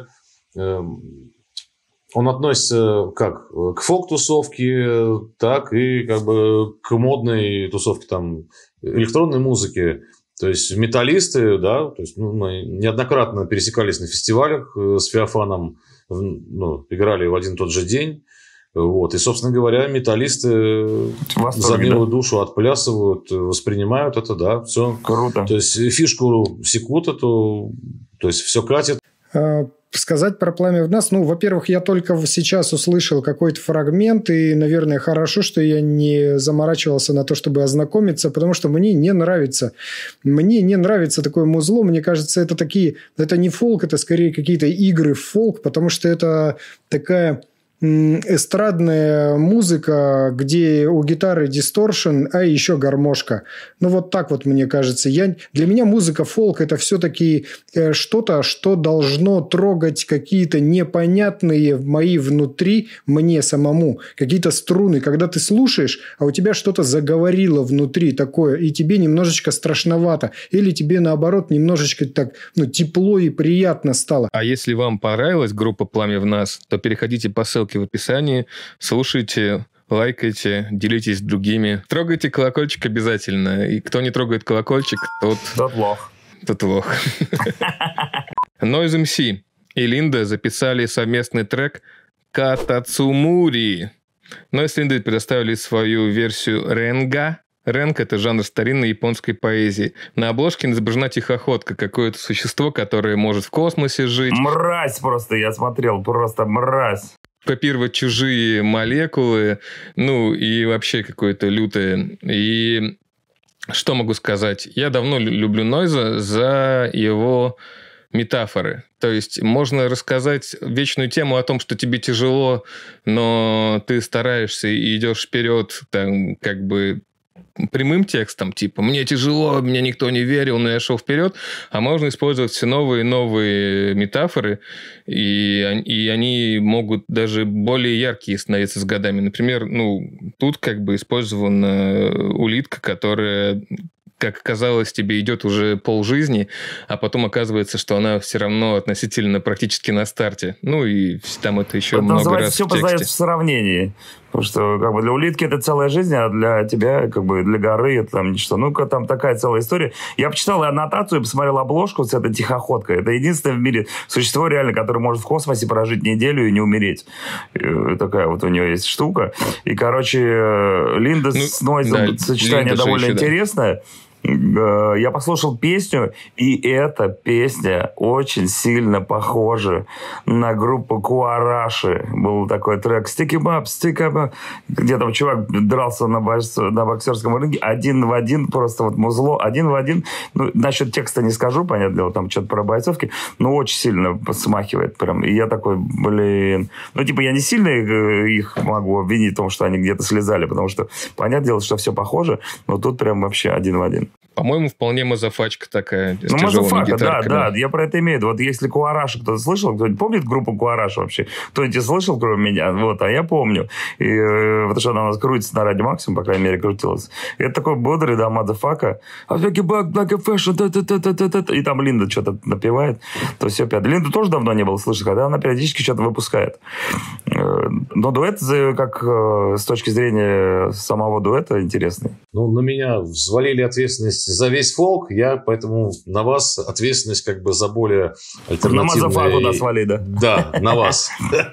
он относится как к фолк-тусовке, так и к модной тусовке там, электронной музыки. То есть металлисты, да, то есть мы неоднократно пересекались на фестивалях с Феофаном, играли в один и тот же день. И, собственно говоря, металлисты за милую душу отплясывают, воспринимают это, да, все. Круто. То есть фишку секут эту, то есть все катит. Сказать про «Пламя в нас», во-первых, я только сейчас услышал какой-то фрагмент, и, наверное, хорошо, что я не заморачивался на то, чтобы ознакомиться, потому что мне не нравится. Мне не нравится такое музло, мне кажется, это не фолк, это скорее какие-то игры в фолк, потому что это такая эстрадная музыка, где у гитары дисторшн, а еще гармошка. Так мне кажется. Для меня музыка фолк – это все-таки что-то, что должно трогать какие-то непонятные мои внутри, мне самому, какие-то струны. Когда ты слушаешь, а у тебя что-то заговорило внутри такое, и тебе немножечко страшновато. Или тебе, наоборот, немножечко так тепло и приятно стало. А если вам понравилась группа «Пламя в нас», то переходите по ссылке в описании, слушайте, лайкайте, делитесь с другими. Трогайте колокольчик обязательно. И кто не трогает колокольчик, тот лох. Тот лох. Noise MC и Линда записали совместный трек «Катацумури». Noise и Линда предоставили свою версию «Ренга». Ренг – это жанр старинной японской поэзии. На обложке изображена тихоходка, какое-то существо, которое может в космосе жить. Мразь просто, я смотрел, просто мразь. Копировать чужие молекулы, и вообще какое-то лютое. И что могу сказать? Я давно люблю Нойза за его метафоры. То есть можно рассказать вечную тему о том, что тебе тяжело, но ты стараешься и идешь вперед, там, прямым текстом, типа «мне тяжело, мне никто не верил, но я шел вперед», а можно использовать все новые и новые метафоры, и они могут даже более яркие становиться с годами. Например, тут использована улитка, которая, как оказалось, тебе идет уже полжизни, а потом оказывается, что она все равно относительно практически на старте. И там это еще много раз все в тексте. познается в сравнении. Потому что для улитки это целая жизнь, а для тебя, для горы это там ничто. Там такая целая история. Я почитал аннотацию и посмотрел обложку с этой тихоходкой. Это единственное в мире существо реально, которое может в космосе прожить неделю и не умереть. И такая у нее есть штука. И, Линда с Нойзом сочетание довольно интересное. Я послушал песню, и эта песня очень сильно похожа на группу Куараши. Был такой трек «Stick 'em up», где там чувак дрался на боксерском ринге один в один, просто музло, один в один. Насчет текста не скажу, понятное дело, там что-то про бойцовки, но очень сильно смахивает прям. И я такой, я не сильно их могу обвинить в том, что они где-то слезали, потому что, понятное дело, что все похоже, но тут прям вообще один в один. По-моему, вполне мазафачка такая. Ну, мазафака, да, я про это имею в виду. Вот если Куараша кто-то слышал, кто-нибудь помнит группу Куараша вообще? Кто-нибудь слышал, кроме меня? Вот, а я помню. И, потому что она у нас крутится на Радио Максимум, по крайней мере, крутилась. И это такой бодрый, да, мазафака. И там Линда что-то напевает. То все пятое. Линду тоже давно не было слышно, когда она периодически что-то выпускает. Но дуэт, как с точки зрения самого дуэта, интересный. Ну, на меня взвалили ответственность за весь фолк, я поэтому на вас ответственность как бы за более альтернативные... На мазафаку нас свали, да? Да, на вас.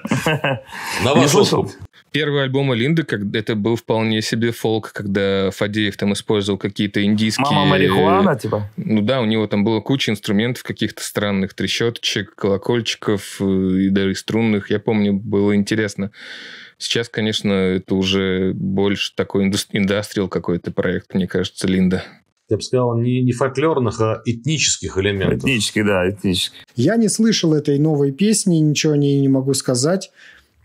На ваш откуп. Первый альбом Линды, это был вполне себе фолк, когда Фадеев там использовал какие-то индийские... Мама марихуана, типа? Ну да, у него там было куча инструментов каких-то странных, трещоточек, колокольчиков и даже струнных. Я помню, было интересно. Сейчас, конечно, это уже больше такой индастриал какой-то проект, мне кажется, Линда. Я бы сказал, не фольклорных, а этнических элементов. Этнических, да, этнических. Я не слышал этой новой песни, ничего о ней не могу сказать.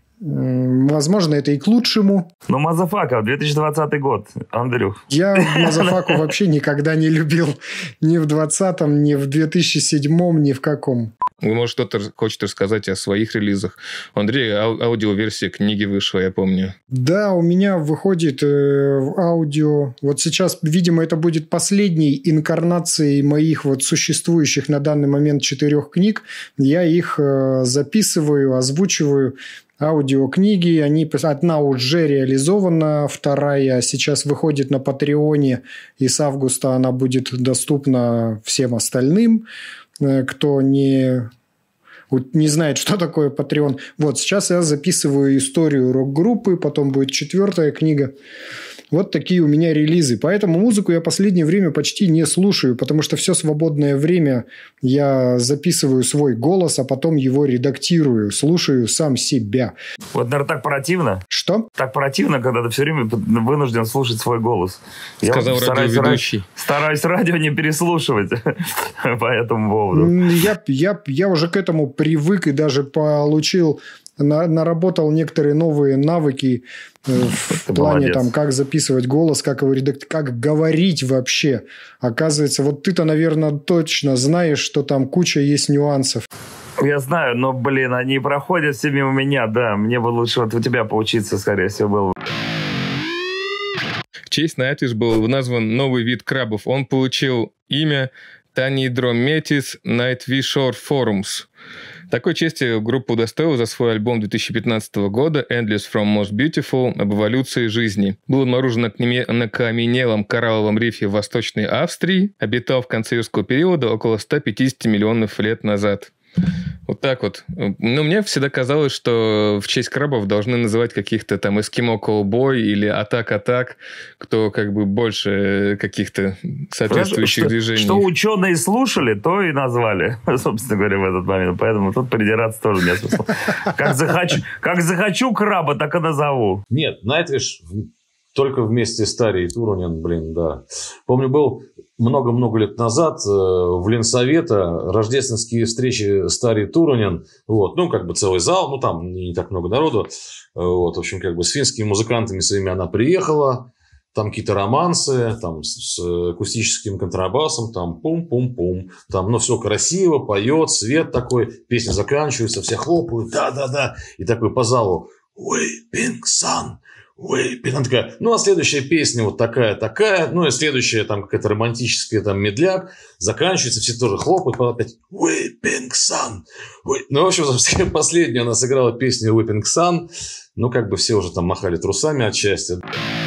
Возможно, это и к лучшему. Но мазафака, 2020 год, Андрюх. Я мазафаку вообще никогда не любил. Ни в 20-м, ни в 2007-м, ни в каком. Может, кто-то хочет рассказать о своих релизах. У Андрея аудиоверсия книги вышла, я помню. Да, у меня выходит аудио. Вот сейчас, видимо, это будет последней инкарнацией моих вот существующих на данный момент 4 книг. Я их записываю, озвучиваю. Аудиокниги, одна уже реализована, вторая сейчас выходит на Патреоне, и с августа она будет доступна всем остальным, кто не знает, что такое Patreon. Вот сейчас я записываю историю рок-группы, потом будет 4 книга. Вот такие у меня релизы. Поэтому музыку я в последнее время почти не слушаю, потому что все свободное время я записываю свой голос, а потом его редактирую, слушаю сам себя. Вот, наверное, так противно. Что? Так противно, когда ты все время вынужден слушать свой голос. Сказал радиоведущий. Стараюсь радио не переслушивать по этому поводу. Я уже к этому привык и даже получил... наработал некоторые новые навыки в плане, там, как записывать голос, как его как говорить вообще. Оказывается, вот ты-то, наверное, точно знаешь, что там куча есть нюансов. Я знаю, но, блин, они проходят все мимо меня, да. Мне бы лучше вот у тебя поучиться, скорее всего, было. В честь Nightwish был назван новый вид крабов. Он получил имя Tanydrometis nightwishorforums. Такой чести группа удостоила за свой альбом 2015 года «Endless from Most Beautiful» об эволюции жизни. Был обнаружен на окаменелом коралловом рифе в Восточной Австрии, обитал в конце юрского периода около 150 миллионов лет назад. Вот так вот. Но мне всегда казалось, что в честь крабов должны называть каких-то там эскимо-колбой или атак-атак, кто как бы больше каких-то соответствующих движений. Что ученые слушали, то и назвали, собственно говоря, в этот момент. Поэтому тут придираться тоже нет смысла. Как захочу краба, так и назову. Нет, Nightwish только вместе с Тарей Турунен, блин, да. Помню, был много-много лет назад в Ленсовета рождественские встречи с Тарей Турунен. Вот, ну, как бы целый зал, ну, там не так много народу. Вот, в общем, как бы с финскими музыкантами своими она приехала. Там какие-то романсы, там с акустическим контрабасом, там пум-пум-пум. Там, ну, все красиво, поет, свет такой, песня заканчивается, все хлопают, да-да-да. И такой по залу «Weeping Sun». Она такая, ну, а следующая песня вот такая, ну, и следующая там какая-то романтическая там медляк, заканчивается, все тоже хлопают, потом опять Weeping Sun. Ну, в общем, последнюю она сыграла песню Weeping Sun, ну, как бы все уже там махали трусами от счастья.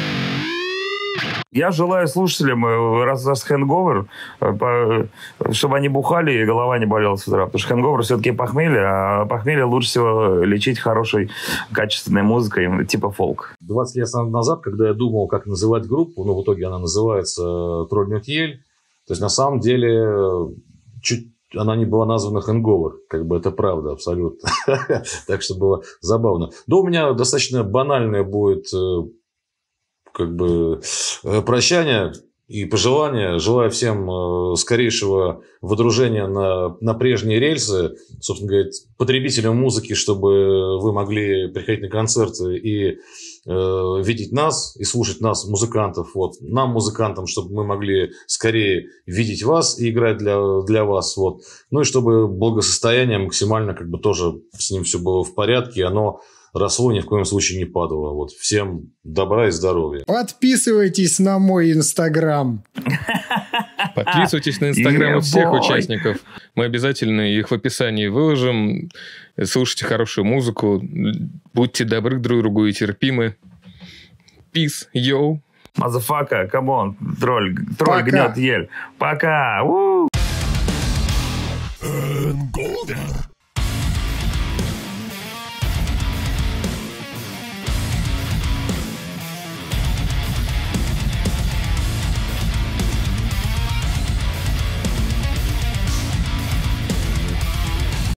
Я желаю слушателям, раз хэнговер, чтобы они бухали и голова не болела с утра. Потому что хэнговер все-таки похмелье, а похмелье лучше всего лечить хорошей, качественной музыкой, типа фолк. 20 лет назад, когда я думал, как называть группу, ну, в итоге она называется Трольнютьель. То есть, на самом деле, она не была названа Hangover. Как бы это правда, абсолютно. Так что было забавно. Да, у меня достаточно банальное будет как бы прощание и пожелание. Желаю всем скорейшего водружения на прежние рельсы. Собственно говоря, потребителям музыки, чтобы вы могли приходить на концерты и видеть нас и слушать нас, музыкантов. Вот. Нам, музыкантам, чтобы мы могли скорее видеть вас и играть для вас. Вот. Ну и чтобы благосостояние максимально как бы тоже с ним все было в порядке, оно росло, ни в коем случае не падало. Вот. Всем добра и здоровья. Подписывайтесь на мой Инстаграм. Подписывайтесь на Инстаграмы всех участников. Мы обязательно их в описании выложим. Слушайте хорошую музыку. Будьте добры друг к другу и терпимы. Peace, yo. Мазафака, камон, тролль Пока. гнет ель. Пока.